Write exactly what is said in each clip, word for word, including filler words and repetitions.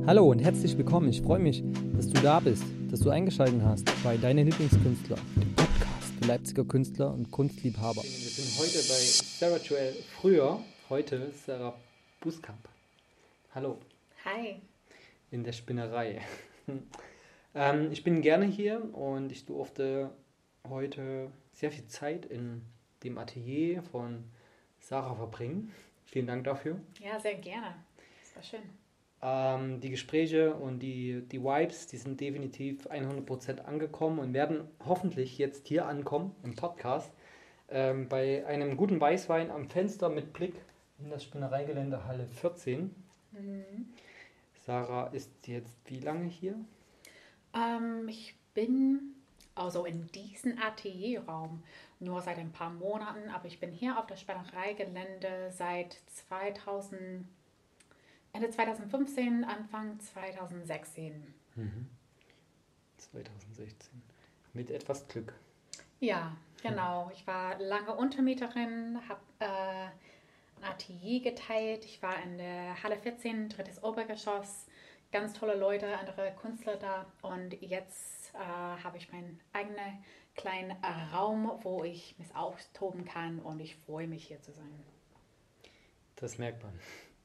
Hallo und herzlich willkommen. Ich freue mich, dass du da bist, dass du eingeschaltet hast bei Deine Lieblingskünstler, dem Podcast für Leipziger Künstler und Kunstliebhaber. Wir sind heute bei Sarah Joelle Früher, heute Sarah Buskamp. Hallo. Hi. In der Spinnerei. ähm, ich bin gerne hier und ich durfte heute sehr viel Zeit in dem Atelier von Sarah verbringen. Vielen Dank dafür. Ja, sehr gerne. Das war schön. Ähm, die Gespräche und die, die Vibes, die sind definitiv hundert Prozent angekommen und werden hoffentlich jetzt hier ankommen im Podcast. Ähm, bei einem guten Weißwein am Fenster mit Blick in das Spinnereigelände Halle vierzehn. Mhm. Sarah ist jetzt wie lange hier? Ähm, ich bin also in diesem Atelierraum nur seit ein paar Monaten, aber ich bin hier auf das Spinnereigelände seit zweitausend, Ende zweitausendfünfzehn, Anfang zweitausendsechzehn. Mhm. zweitausendsechzehn. Mit etwas Glück. Ja, genau. Ich war lange Untermieterin, habe äh, ein Atelier geteilt. Ich war in der Halle vierzehn, drittes Obergeschoss. Ganz tolle Leute, andere Künstler da. Und jetzt äh, habe ich meinen eigenen kleinen äh, Raum, wo ich mich austoben kann. Und ich freue mich, hier zu sein. Das merkt man.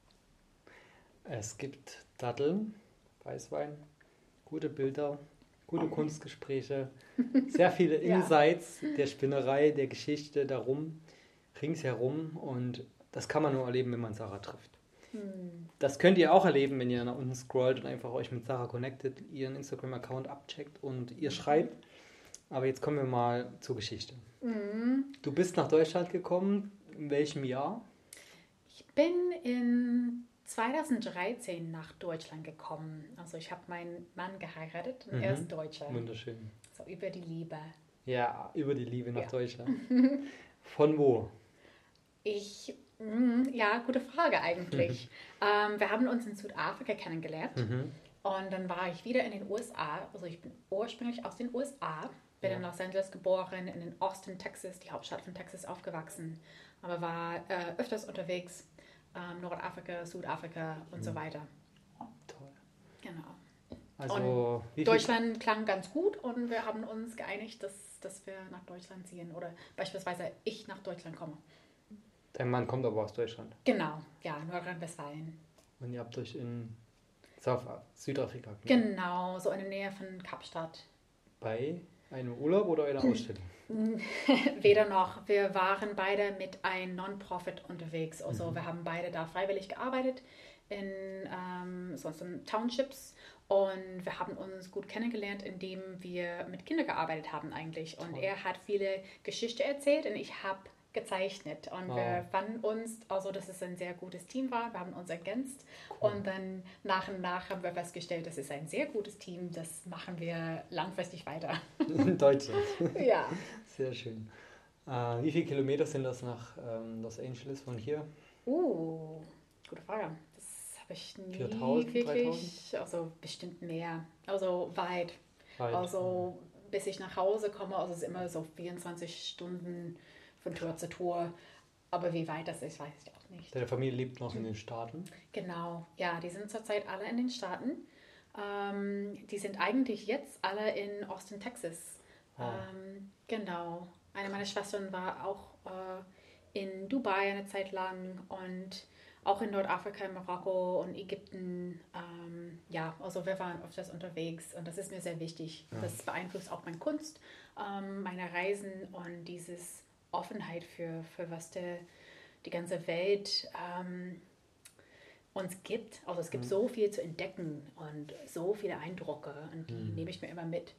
Es gibt Datteln, Weißwein, gute Bilder, gute Kunstgespräche, sehr viele Insights ja. der Spinnerei, der Geschichte darum, ringsherum. Und das kann man nur erleben, wenn man Sarah trifft. Hm. Das könnt ihr auch erleben, wenn ihr nach unten scrollt und einfach euch mit Sarah connectet, ihren Instagram-Account abcheckt und ihr schreibt. Aber jetzt kommen wir mal zur Geschichte. Mhm. Du bist nach Deutschland gekommen. In welchem Jahr? Ich bin in zweitausenddreizehn nach Deutschland gekommen. Also ich habe meinen Mann geheiratet und mhm. er ist Deutscher. Wunderschön. So über die Liebe. Ja, über die Liebe nach ja. Deutschland. Von wo? Ich, mh, ja, gute Frage eigentlich. Mhm. Ähm, wir haben uns in Südafrika kennengelernt mhm. und dann war ich wieder in den U S A. Also ich bin ursprünglich aus den U S A, bin ja. in Los Angeles geboren, in Austin, Texas, die Hauptstadt von Texas, aufgewachsen. Aber war äh, öfters unterwegs. Ähm, Nordafrika, Südafrika und mhm. so weiter. Toll. Genau. Also, und Deutschland klang ganz gut und wir haben uns geeinigt, dass, dass wir nach Deutschland ziehen oder beispielsweise ich nach Deutschland komme. Dein Mann kommt aber aus Deutschland? Genau, ja, Nordrhein-Westfalen. Und ihr habt euch in South Südafrika gemacht? Genau, so in der Nähe von Kapstadt. Bei einem Urlaub oder einer Ausstellung? Weder noch. Wir waren beide mit einem Non-Profit unterwegs. Also mhm. wir haben beide da freiwillig gearbeitet in ähm, sonst in Townships und wir haben uns gut kennengelernt, indem wir mit Kindern gearbeitet haben eigentlich. Und Toll. Er hat viele Geschichten erzählt und ich habe gezeichnet. Und wow. wir fanden uns, also dass es ein sehr gutes Team war. Wir haben uns ergänzt. Cool. Und dann nach und nach haben wir festgestellt, das ist ein sehr gutes Team. Das machen wir langfristig weiter. In Deutschland? Ja. Sehr schön. Äh, wie viele Kilometer sind das nach ähm, Los Angeles von hier? Uh, gute Frage. Das habe ich nie viertausend, wirklich, dreitausend? Also bestimmt mehr. Also weit. weit. Also bis ich nach Hause komme, also es ist immer so vierundzwanzig Stunden von Tour zu Tour. Aber wie weit das ist, weiß ich auch nicht. Deine Familie lebt noch in den Staaten? Genau, ja, die sind zurzeit alle in den Staaten. Ähm, die sind eigentlich jetzt alle in Austin, Texas. Oh. Ähm, genau. Eine meiner Schwestern war auch äh, in Dubai eine Zeit lang und auch in Nordafrika, Marokko und Ägypten. Ähm, ja, also wir waren öfters unterwegs und das ist mir sehr wichtig. Ja. Das beeinflusst auch meine Kunst, ähm, meine Reisen und dieses Offenheit für, für was der, die ganze Welt ähm, uns gibt. Also es gibt mhm. so viel zu entdecken und so viele Eindrücke und die mhm. nehme ich mir immer mit.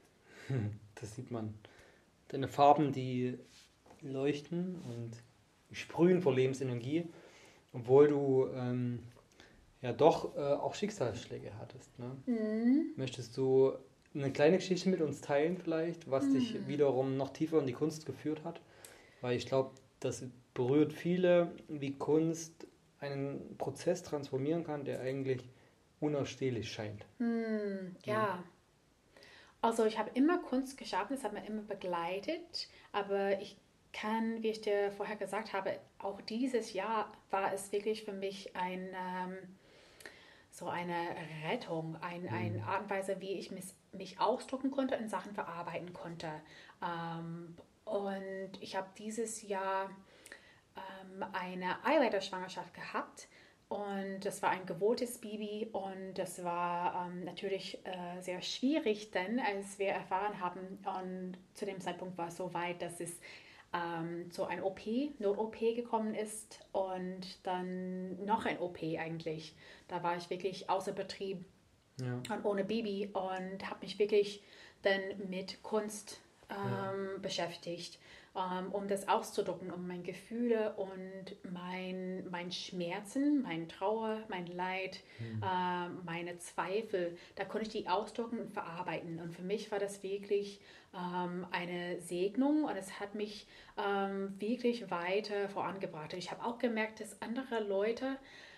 Das sieht man. Deine Farben, die leuchten und sprühen vor Lebensenergie, obwohl du ähm, ja doch äh, auch Schicksalsschläge hattest. Ne? Mhm. Möchtest du eine kleine Geschichte mit uns teilen vielleicht, was mhm. dich wiederum noch tiefer in die Kunst geführt hat? Weil ich glaube, das berührt viele, wie Kunst einen Prozess transformieren kann, der eigentlich unausstehlich scheint. Mhm. Ja. ja. Also ich habe immer Kunst geschaffen, das hat mich immer begleitet, aber ich kann, wie ich dir vorher gesagt habe, auch dieses Jahr war es wirklich für mich ein, ähm, so eine Rettung, ein, eine Art und Weise, wie ich mich, mich ausdrücken konnte und Sachen verarbeiten konnte. Ähm, und ich habe dieses Jahr ähm, eine Eileiterschwangerschaft gehabt. Und das war ein gewohntes Baby und das war ähm, natürlich äh, sehr schwierig, denn als wir erfahren haben, und zu dem Zeitpunkt war es so weit, dass es ähm, zu einem O P, Not-O P gekommen ist und dann noch ein O P eigentlich. Da war ich wirklich außer Betrieb Ja. und ohne Baby und habe mich wirklich dann mit Kunst ähm, ja. beschäftigt, ähm, um das auszudrücken, um meine Gefühle und mein, mein Schmerzen, mein Trauer, mein Leid, mhm. äh, meine Zweifel, da konnte ich die ausdrücken und verarbeiten. Und für mich war das wirklich ähm, eine Segnung und es hat mich ähm, wirklich weiter vorangebracht. Und ich habe auch gemerkt, dass andere Leute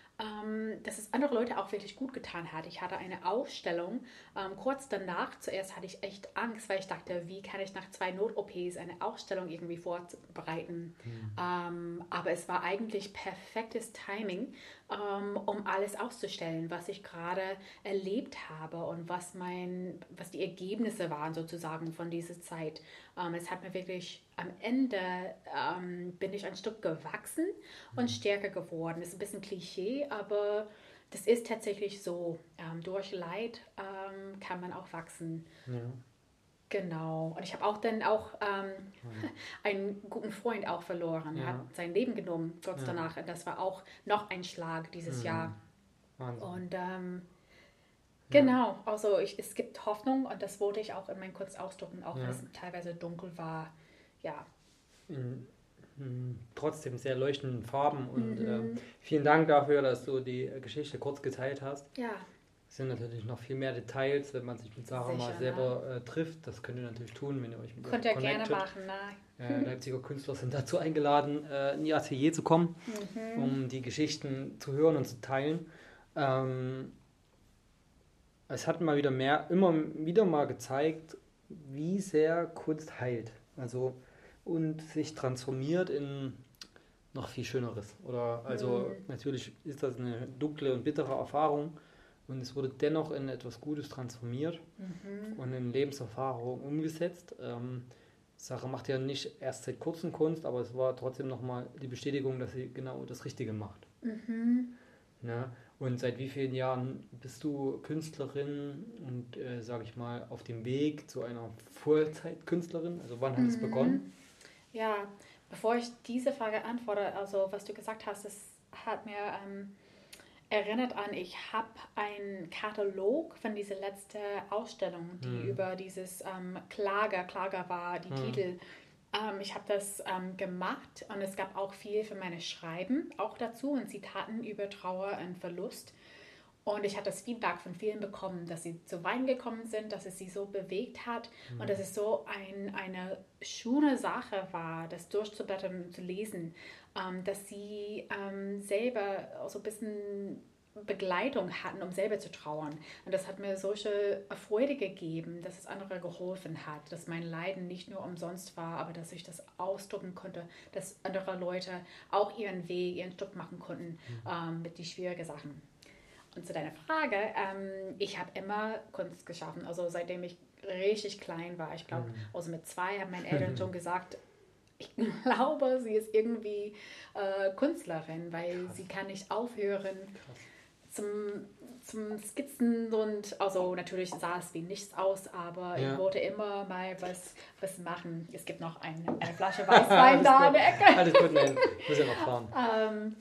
dass es andere Leute auch wirklich gut getan hat. Ich hatte eine Ausstellung ähm, kurz danach. Zuerst hatte ich echt Angst, weil ich dachte, wie kann ich nach zwei Not-O Ps eine Ausstellung irgendwie vorbereiten. Mhm. Ähm, aber es war eigentlich perfektes Timing, ähm, um alles auszustellen, was ich gerade erlebt habe und was, mein, was die Ergebnisse waren sozusagen von dieser Zeit. Ähm, es hat mir wirklich am Ende ähm, bin ich ein Stück gewachsen und stärker geworden. Das ist ein bisschen Klischee, aber das ist tatsächlich so. Ähm, durch Leid ähm, kann man auch wachsen. Ja. Genau. Und ich habe auch dann auch ähm, ja. einen guten Freund auch verloren. Er ja. hat sein Leben genommen kurz ja. danach. Und das war auch noch ein Schlag dieses mhm. Jahr. Wahnsinn. Und ähm, genau, also ich, es gibt Hoffnung und das wollte ich auch in meinen Kunst ausdrücken, auch ja. wenn es teilweise dunkel war. Ja. In, in, trotzdem sehr leuchtenden Farben und mhm. ähm, vielen Dank dafür, dass du die Geschichte kurz geteilt hast. Ja. Es sind natürlich noch viel mehr Details, wenn man sich mit Sarah Sicher, mal selber ne? äh, trifft. Das könnt ihr natürlich tun, wenn ihr euch mit Könnt ihr gerne machen, ne? Äh, Leipziger Künstler sind dazu eingeladen, äh, in ihr Atelier zu kommen, mhm. um die Geschichten zu hören und zu teilen. Ähm, es hat mal wieder mehr, immer wieder mal gezeigt, wie sehr Kunst heilt. Also und sich transformiert in noch viel Schöneres. Oder also mhm. natürlich ist das eine dunkle und bittere Erfahrung und es wurde dennoch in etwas Gutes transformiert mhm. und in Lebenserfahrung umgesetzt. Ähm, Sarah macht ja nicht erst seit kurzem Kunst, aber es war trotzdem nochmal die Bestätigung, dass sie genau das Richtige macht. Mhm. Ja, und seit wie vielen Jahren bist du Künstlerin und, äh, sage ich mal, auf dem Weg zu einer Vollzeitkünstlerin? Also wann hat es mhm. begonnen? Ja, bevor ich diese Frage antworte, also was du gesagt hast, das hat mir ähm, erinnert an, ich habe einen Katalog von dieser letzten Ausstellung, die mhm. über dieses ähm, Klager, Klager war, die mhm. Titel. Ähm, ich habe das ähm, gemacht und es gab auch viel für meine Schreiben auch dazu und Zitaten über Trauer und Verlust. Und ich habe das Feedback von vielen bekommen, dass sie zu Weinen gekommen sind, dass es sie so bewegt hat mhm. und dass es so ein, eine schöne Sache war, das durchzublättern, zu lesen, ähm, dass sie ähm, selber so ein bisschen Begleitung hatten, um selber zu trauern. Und das hat mir solche Freude gegeben, dass es andere geholfen hat, dass mein Leiden nicht nur umsonst war, aber dass ich das ausdrücken konnte, dass andere Leute auch ihren Weg, ihren Stück machen konnten mhm. ähm, mit die schwierigen Sachen. Und zu deiner Frage, ähm, ich habe immer Kunst geschaffen, also seitdem ich richtig klein war. Ich glaube, mhm. also mit zwei haben meine Eltern schon gesagt, ich glaube, sie ist irgendwie äh, Künstlerin, weil Krass. sie kann nicht aufhören zum, zum Skizzen und also natürlich sah es wie nichts aus, aber ja. ich wollte immer mal was, was machen. Es gibt noch eine, eine Flasche Weißwein da in der Ecke. Alles gut, nein, ich muss ja noch fahren. ähm,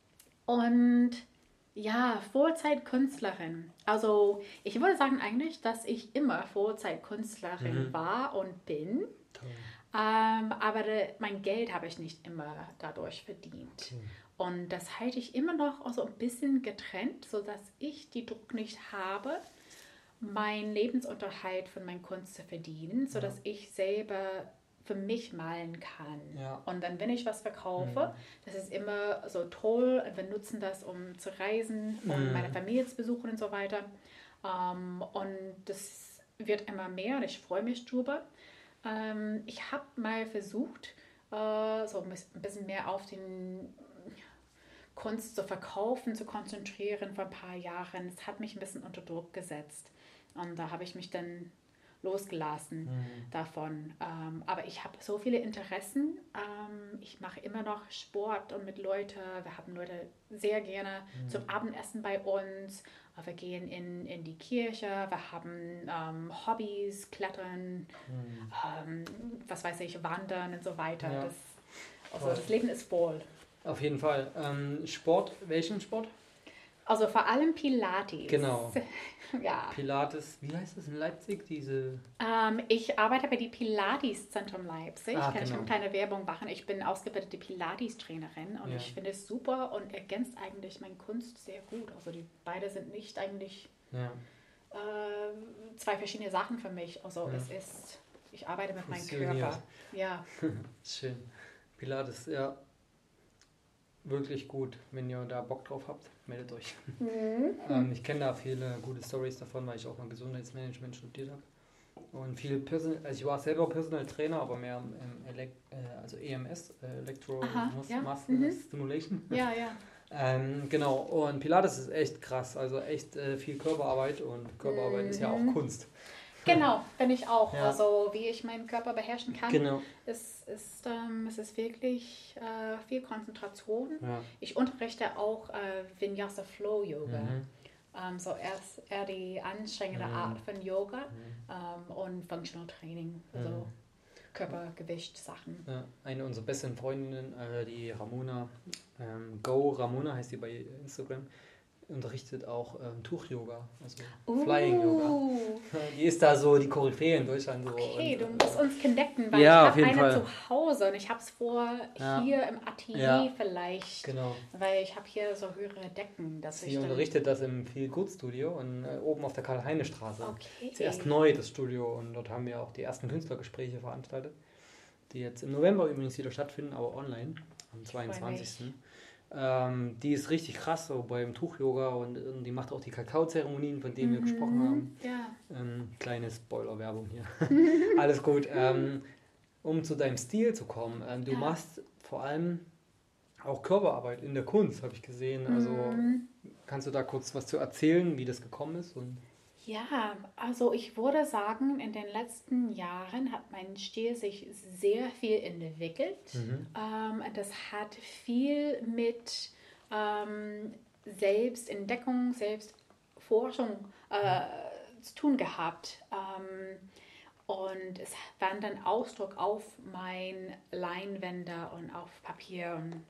und ja, Vollzeitkünstlerin. Also ich würde sagen eigentlich, dass ich immer Vollzeitkünstlerin mhm. war und bin. Ähm, aber de, mein Geld habe ich nicht immer dadurch verdient. Mhm. Und das halte ich immer noch so ein bisschen getrennt, sodass ich die Druck nicht habe, meinen Lebensunterhalt von meiner Kunst zu verdienen, sodass ja. ich selber für mich malen kann. Ja. Und dann, wenn ich was verkaufe, mhm. das ist immer so toll und wir nutzen das, um zu reisen und mhm. meine Familie zu besuchen und so weiter. Um, und das wird immer mehr und ich freue mich drüber. Um, ich habe mal versucht, uh, so ein bisschen mehr auf den Kunst zu verkaufen, zu konzentrieren vor ein paar Jahren. Es hat mich ein bisschen unter Druck gesetzt. Und da habe ich mich dann losgelassen mhm. davon. Ähm, aber ich habe so viele Interessen. Ähm, ich mache immer noch Sport und mit Leuten. Wir haben Leute sehr gerne mhm. zum Abendessen bei uns. Wir gehen in, in die Kirche. Wir haben ähm, Hobbys, Klettern, mhm. ähm, was weiß ich, Wandern und so weiter. Ja. Das, also das Leben ist voll. Auf jeden Fall. Ähm, Sport, welchen Sport? Also vor allem Pilates. Genau. Ja. Pilates, wie heißt das in Leipzig? Diese ähm, ich arbeite bei dem Pilates-Zentrum Leipzig. Ah, Kann genau. ich eine kleine Werbung machen? Ich bin ausgebildete Pilates-Trainerin und ja. ich finde es super und ergänzt eigentlich meine Kunst sehr gut. Also die beide sind nicht eigentlich ja. äh, zwei verschiedene Sachen für mich. Also ja. es ist, ich arbeite mit meinem Körper. Ja. Schön. Pilates, ja. Wirklich gut. Wenn ihr da Bock drauf habt, meldet euch. Mhm. ähm, ich kenne da viele gute Stories davon, weil ich auch mal Gesundheitsmanagement studiert habe. Und viel Person, also ich war selber Personal Trainer, aber mehr im Elek äh, also E M S, äh, Electro Aha, Mus ja. Muscle mhm. Stimulation. Ja, ja. ähm, genau, und Pilates ist echt krass, also echt äh, viel Körperarbeit und Körperarbeit mhm. ist ja auch Kunst. Genau, bin ich auch. Ja. Also wie ich meinen Körper beherrschen kann, genau. ist, ist, ähm, es ist wirklich äh, viel Konzentration. Ja. Ich unterrichte auch äh, Vinyasa Flow Yoga. Mhm. Ähm, so erst eher die anstrengende mhm. Art von Yoga mhm. ähm, und Functional Training, also mhm. Körpergewicht-Sachen. Ja, eine unserer besten Freundinnen, äh, die Ramona, ähm, Go Ramona heißt die bei Instagram, unterrichtet auch ähm, Tuch-Yoga, also uh. Flying-Yoga. Die ist da so die Koryphäe in Deutschland. So okay, und, du musst uns connecten, weil ja, ich habe eine Fall. zu Hause und ich habe es vor ja. hier im Atelier ja. vielleicht, genau. weil ich habe hier so höhere Decken. Dass Sie ich unterrichtet das im Feel Good Studio und äh, oben auf der Karl-Heine-Straße. Okay. Ist erst neu, das Studio, und dort haben wir auch die ersten Künstlergespräche veranstaltet, die jetzt im November übrigens wieder stattfinden, aber online, am zweiundzwanzigsten Ähm, die ist richtig krass so beim Tuch-Yoga und, und die macht auch die Kakao-Zeremonien, von denen mhm. wir gesprochen haben. Ja. Ähm, kleine Spoiler-Werbung hier. Alles gut. Ähm, um zu deinem Stil zu kommen, ähm, du ja. machst vor allem auch Körperarbeit in der Kunst, habe ich gesehen. Also mhm. kannst du da kurz was zu erzählen, wie das gekommen ist? Und ja, also ich würde sagen, in den letzten Jahren hat mein Stil sich sehr viel entwickelt. Mhm. Ähm, das hat viel mit ähm, Selbstentdeckung, Selbstforschung äh, mhm. zu tun gehabt. Ähm, und es war dann Ausdruck auf mein Leinwände und auf Papier. Und,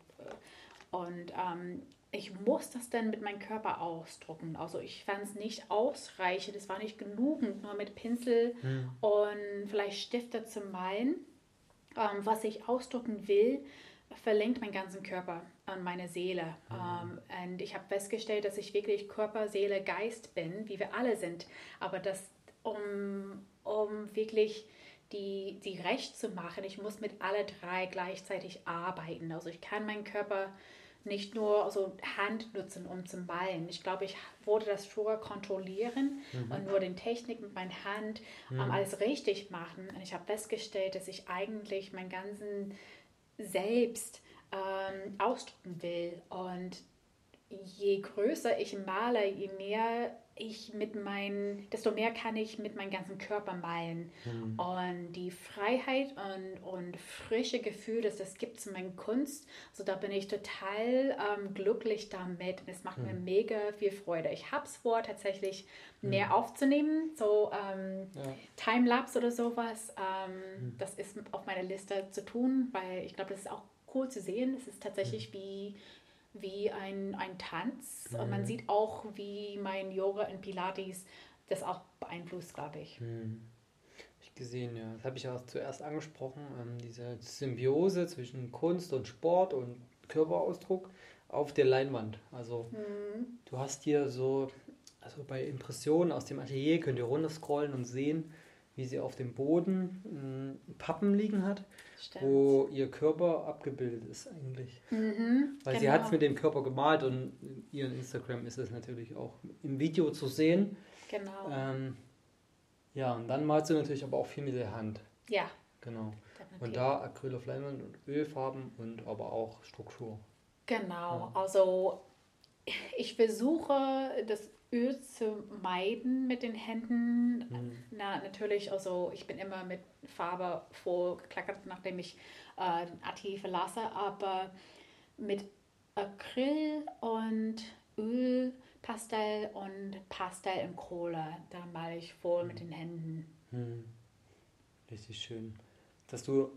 und ähm, ich muss das dann mit meinem Körper ausdrucken. Also ich fand es nicht ausreichend, es war nicht genug, nur mit Pinsel hm. und vielleicht Stifte zu malen. Ähm, was ich ausdrucken will, verlinkt meinen ganzen Körper an meine Seele. Hm. Ähm, und ich habe festgestellt, dass ich wirklich Körper, Seele, Geist bin, wie wir alle sind. Aber das, um, um wirklich die, die recht zu machen, ich muss mit alle drei gleichzeitig arbeiten. Also ich kann meinen Körper nicht nur so Hand nutzen, um zu malen. Ich glaube, ich wollte das früher kontrollieren mhm. und nur den Technik mit meiner Hand mhm. um, alles richtig machen. Und ich habe festgestellt, dass ich eigentlich mein ganzen Selbst ähm, ausdrücken will. Und je größer ich male, je mehr ich mit meinen, desto mehr kann ich mit meinem ganzen Körper malen. Mhm. Und die Freiheit und, und frische Gefühl, das das gibt zu meiner Kunst, also da bin ich total ähm, glücklich damit. Und es macht mhm. mir mega viel Freude. Ich habe es vor, tatsächlich mhm. mehr aufzunehmen, so ähm, ja. Timelapse oder sowas. Ähm, mhm. Das ist auf meiner Liste zu tun, weil ich glaube, das ist auch cool zu sehen. Es ist tatsächlich mhm. wie wie ein, ein Tanz mhm. und man sieht auch, wie mein Yoga und Pilates das auch beeinflusst, glaube ich. Mhm. Habe ich gesehen, ja. Das habe ich auch zuerst angesprochen, ähm, diese Symbiose zwischen Kunst und Sport und Körperausdruck auf der Leinwand. Also mhm. du hast hier so, also bei Impressionen aus dem Atelier könnt ihr runterscrollen und sehen, wie sie auf dem Boden mh, Pappen liegen hat. Stimmt. Wo ihr Körper abgebildet ist eigentlich. Mhm, Weil genau. sie hat es mit dem Körper gemalt und in ihrem Instagram ist es natürlich auch im Video zu sehen. Genau. Ähm, ja, und dann malst du natürlich aber auch viel mit der Hand. Ja. Genau. Definitiv. Und da Acryl auf Leinwand und Ölfarben und aber auch Struktur. Genau, Ja. also ich versuche das Öl zu meiden mit den Händen. Hm. Na, natürlich, also ich bin immer mit Farbe vorgekleckert, nachdem ich äh, den Ati verlasse, aber mit Acryl und Öl, Pastell und Pastell in Kohle, da male ich voll mit den Händen. Hm. Richtig schön. Dass du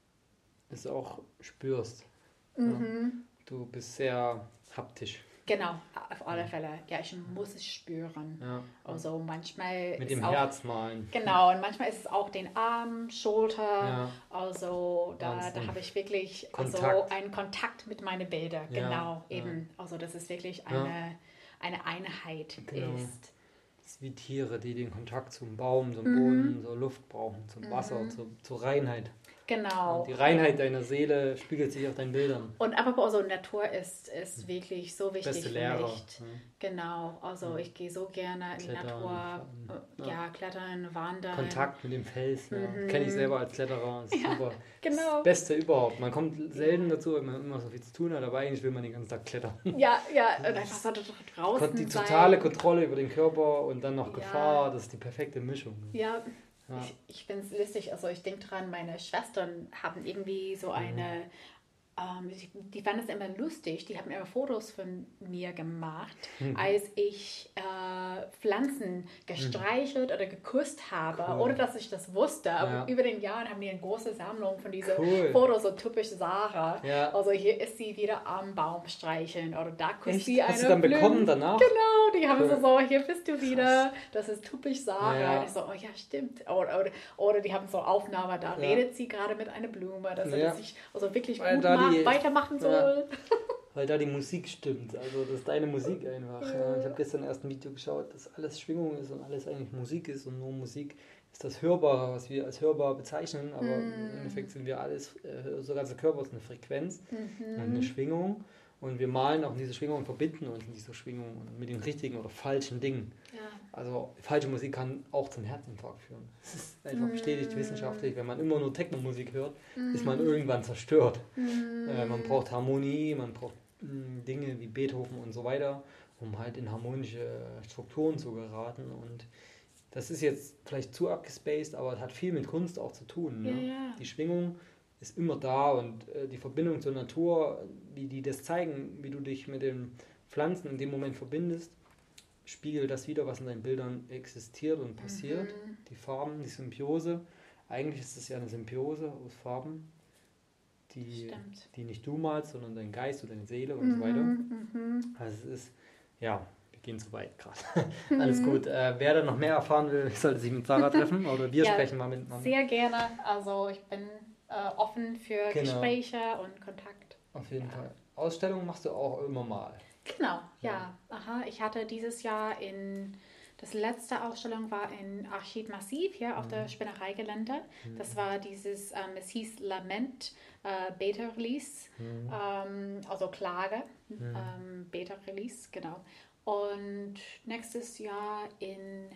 es auch spürst. Mhm. Ja. Du bist sehr haptisch. Genau, auf alle Ja. Fälle. Ja, ich muss es spüren. Ja. Also manchmal Mit ist dem auch, Herz malen. genau, und manchmal ist es auch den Arm, Schulter. Ja. Also da, Wahnsinn. da habe ich wirklich also Kontakt. einen Kontakt mit meinen Bildern. Ja, Genau, ja. eben. Also das ist wirklich Ja. eine, eine Einheit Genau. ist. Das ist wie Tiere, die den Kontakt zum Baum, zum Mhm. Boden, zur Luft brauchen, zum Wasser, Mhm. zur, zur Reinheit. Genau. Und die Reinheit deiner Seele spiegelt sich auf deinen Bildern. Und aber also Natur ist, ist wirklich so wichtig Beste für Lehrer. mich. Ja. Genau, also Ja. ich gehe so gerne in die Klettern, Natur, fahren. äh, ja, klettern, wandern. Kontakt mit dem Fels, ja. Mhm. Kenne ich selber als Kletterer. Das ist Ja, super. genau. Das Beste überhaupt. Man kommt selten dazu, weil man immer so viel zu tun hat, aber eigentlich will man den ganzen Tag klettern. Ja, ja, und einfach so draußen Die sein. totale Kontrolle über den Körper und dann noch Ja. Gefahr, das ist die perfekte Mischung. Ja, Ja. ich, ich finde es lustig, also ich denke dran, meine Schwestern haben irgendwie so eine, ähm, die, die fanden es immer lustig, die haben immer Fotos von mir gemacht, Mhm. als ich äh, Pflanzen gestreichelt oder geküsst habe, Cool. ohne dass ich das wusste. Aber Ja. über den Jahren haben die eine große Sammlung von diesen Cool. Fotos, so typisch Sarah. Ja. Also hier ist sie wieder am Baum streicheln oder da küsst Echt? sie eine Hast du dann Blume. bekommen danach? Genau, die haben Cool. so, so, hier bist du wieder, das ist typisch Sarah. Ja. Und ich so, oh ja, stimmt. Oder, oder, oder die haben so Aufnahme, da Ja. redet sie gerade mit einer Blume, dass sie Ja. das sich also wirklich Weil gut da macht, die- weitermachen soll. Weil da die Musik stimmt. Also das ist deine Musik einfach. Ja. Ich habe gestern erst ein Video geschaut, dass alles Schwingung ist und alles eigentlich Musik ist und nur Musik ist das Hörbare, was wir als hörbar bezeichnen. Aber Mm. im Endeffekt sind wir alles, äh, sogar der Körper ist eine Frequenz Mhm. und eine Schwingung. Und wir malen auch in diese Schwingung und verbinden uns in diese Schwingung und mit den richtigen oder falschen Dingen. Ja. Also falsche Musik kann auch zum Herzinfarkt führen. Das ist einfach bestätigt Mm. wissenschaftlich. Wenn man immer nur Techno-Musik hört, Mhm. ist man irgendwann zerstört. Mhm. Äh, man braucht Harmonie, man braucht mh, Dinge wie Beethoven und so weiter, um halt in harmonische Strukturen zu geraten. Und das ist jetzt vielleicht zu abgespaced, aber es hat viel mit Kunst auch zu tun. Ne? Ja, ja. Die Schwingung ist immer da und äh, die Verbindung zur Natur, wie die das zeigen, wie du dich mit den Pflanzen in dem Moment verbindest, spiegelt das wieder, was in deinen Bildern existiert und passiert. Mhm. Die Farben, die Symbiose. Eigentlich ist es ja eine Symbiose aus Farben, die, Stimmt. die nicht du malst, sondern dein Geist und deine Seele und so weiter. Mhm. Mhm. Also es ist, ja, wir gehen zu weit gerade. Alles gut. Äh, wer da noch mehr erfahren will, sollte sich mit Sarah treffen oder wir Ja, sprechen mal miteinander. Sehr gerne. Also ich bin äh, offen für Genau. Gespräche und Kontakt. Auf jeden Fall. Ausstellungen machst du auch immer mal. Genau, ja. Ja. Aha. Ich hatte dieses Jahr in, das letzte Ausstellung war in Archid Massiv hier auf der Spinnereigelände. Das war dieses, ähm, es hieß Lament äh, Beta Release, Mhm. ähm, also Klage, Mhm. ähm, Beta Release, genau. Und nächstes Jahr in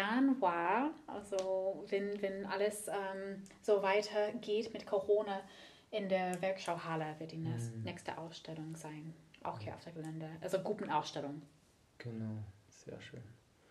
Januar, also wenn, wenn alles ähm, so weitergeht mit Corona, in der Werkschauhalle wird die nächste- Mhm. nächste Ausstellung sein. Auch hier auf der Gelände. Also Gruppenausstellung. Genau, sehr schön.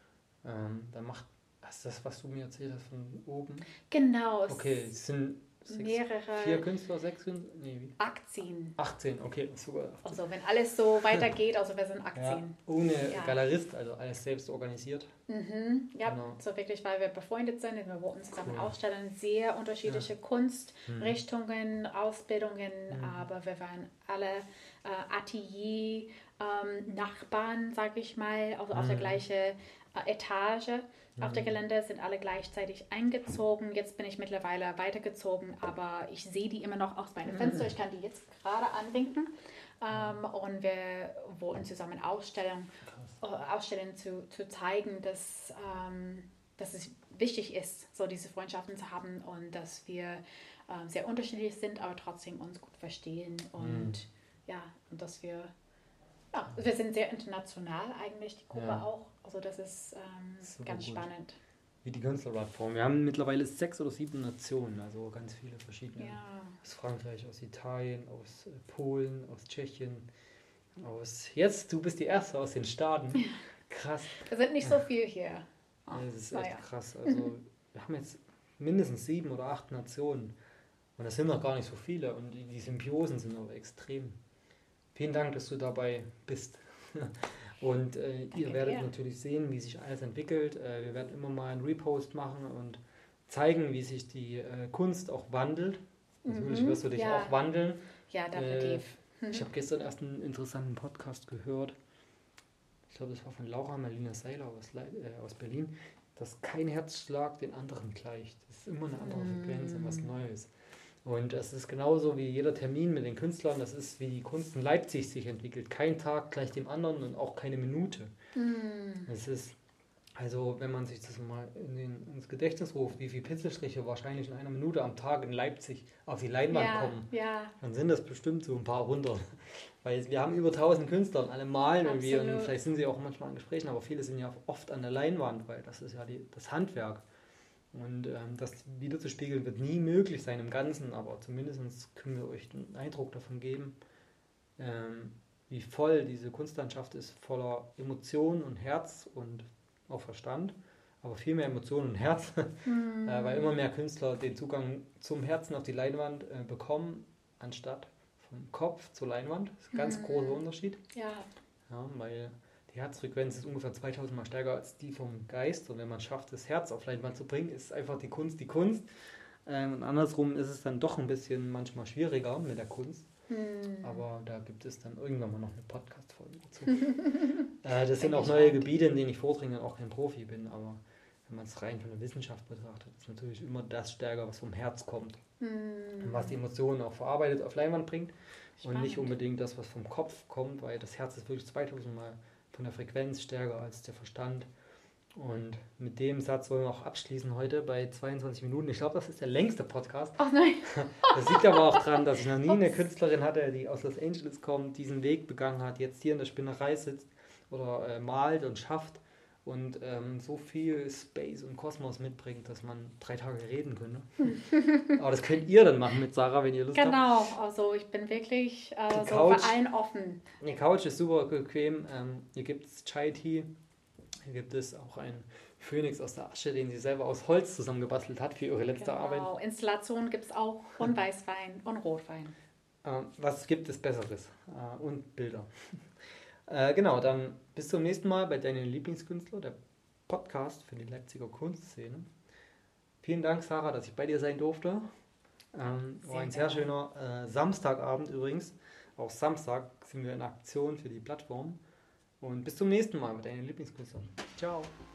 Ähm, dann macht, hast du das, was du mir erzählt hast von oben? Genau, es Okay, es sind sechs, mehrere vier Künstler, sechs Künstler? Nee, wie? Aktien. achtzehn, okay, super. Also wenn alles so weitergeht, also wir sind Ja, Aktien. ohne Ja. Galerist, also alles selbst organisiert. Mhm, ja, Genau. so wirklich, weil wir befreundet sind und wir wollten zusammen Cool. ausstellen. Sehr unterschiedliche Mhm. Kunstrichtungen, Ausbildungen, Mhm. aber wir waren alle äh, Atelier, ähm, Nachbarn, sage ich mal, also auf der Mhm. gleichen äh, Etage. Auf der Mhm. Gelände sind alle gleichzeitig eingezogen. Jetzt bin ich mittlerweile weitergezogen, aber ich sehe die immer noch aus meinem Fenster. Ich kann die jetzt gerade anwinken. Ähm, und wir wollten zusammen ausstellen, äh, ausstellen zu, zu zeigen, dass, ähm, dass es wichtig ist, so diese Freundschaften zu haben und dass wir ähm, sehr unterschiedlich sind, aber trotzdem uns gut verstehen. Und Mhm. ja, und dass wir, ja, wir sind sehr international eigentlich, die Gruppe Ja. auch. Also das ist ähm, Super ganz gut. spannend. Wie die Künstlerplattform. Wir haben mittlerweile sechs oder sieben Nationen, also ganz viele verschiedene. Ja. Aus Frankreich, aus Italien, aus äh, Polen, aus Tschechien. aus, jetzt, du bist die Erste aus den Staaten. Krass. Wir sind nicht so viel hier. Oh, Ja, das ist naja. echt krass. Also wir haben jetzt mindestens sieben oder acht Nationen. Und das sind noch gar nicht so viele. Und die, die Symbiosen sind aber extrem. Vielen Dank, dass du dabei bist. Und äh, ihr Danke werdet dir. natürlich sehen, wie sich alles entwickelt. Äh, wir werden immer mal einen Repost machen und zeigen, wie sich die äh, Kunst auch wandelt. Natürlich Mhm, wirst du dich ja. auch wandeln. Ja, definitiv. Äh, ich habe gestern erst einen interessanten Podcast gehört. Ich glaube, das war von Laura Marlina Seiler aus, Lei- äh, aus Berlin, dass kein Herzschlag den anderen gleicht. Das ist immer eine andere Frequenz und was Neues. Und das ist genauso wie jeder Termin mit den Künstlern, das ist wie die Kunst in Leipzig sich entwickelt. Kein Tag gleich dem anderen und auch keine Minute. Mm. Es ist, also wenn man sich das mal in den, ins Gedächtnis ruft, wie viele Pinselstriche wahrscheinlich in einer Minute am Tag in Leipzig auf die Leinwand Ja, kommen, ja, dann sind das bestimmt so ein paar hundert. Weil wir haben über tausend Künstler und alle malen irgendwie und Absolut. vielleicht sind sie auch manchmal in Gesprächen, aber viele sind ja oft an der Leinwand, weil das ist ja die, das Handwerk. Und ähm, das wiederzuspiegeln wird nie möglich sein im Ganzen, aber zumindest können wir euch einen Eindruck davon geben, ähm, wie voll diese Kunstlandschaft ist, voller Emotion und Herz und auch Verstand, aber viel mehr Emotion und Herz, Mm. äh, weil immer mehr Künstler den Zugang zum Herzen auf die Leinwand äh, bekommen, anstatt vom Kopf zur Leinwand. Das ist ein ganz Mhm. großer Unterschied. ja. Ja, weil die Herzfrequenz ist ungefähr zweitausend Mal stärker als die vom Geist. Und wenn man schafft, das Herz auf Leinwand zu bringen, ist einfach die Kunst die Kunst. Ähm, und andersrum ist es dann doch ein bisschen manchmal schwieriger mit der Kunst. Mm. Aber da gibt es dann irgendwann mal noch eine Podcast-Folge dazu. äh, das sind Bin auch neue gespannt. Gebiete, in denen ich vordringe und auch kein Profi bin. Aber wenn man es rein von der Wissenschaft betrachtet, ist natürlich immer das stärker, was vom Herz kommt. Mm. Und was die Emotionen auch verarbeitet auf Leinwand bringt. Und nicht Spannend. unbedingt das, was vom Kopf kommt, weil das Herz ist wirklich zweitausend Mal von der Frequenz stärker als der Verstand. Und mit dem Satz wollen wir auch abschließen heute bei zweiundzwanzig Minuten. Ich glaube, das ist der längste Podcast. Ach nein. Das liegt aber auch daran, dass ich noch nie eine Ups. Künstlerin hatte, die aus Los Angeles kommt, diesen Weg begangen hat, jetzt hier in der Spinnerei sitzt oder äh, malt und schafft und ähm, so viel Space und Kosmos mitbringt, dass man drei Tage reden könnte. Aber das könnt ihr dann machen mit Sarah, wenn ihr Lust habt. Genau, also ich bin wirklich äh, so Couch. für allen offen. Die Couch ist super bequem. Ähm, hier gibt es Chai Tea. Hier gibt es auch einen Phönix aus der Asche, den sie selber aus Holz zusammengebastelt hat für ihre letzte Arbeit. Genau. Installation gibt es auch von Weißwein und Rotwein. Ähm, was gibt es Besseres? Äh, und Bilder. äh, genau, dann bis zum nächsten Mal bei deinen Lieblingskünstler, der Podcast für die Leipziger Kunstszene. Vielen Dank, Sarah, dass ich bei dir sein durfte. Ähm, war ein sehr gerne. schöner äh, Samstagabend übrigens. Auch Samstag sind wir in Aktion für die Plattform. Und bis zum nächsten Mal mit deinen Lieblingskünstlern. Ciao.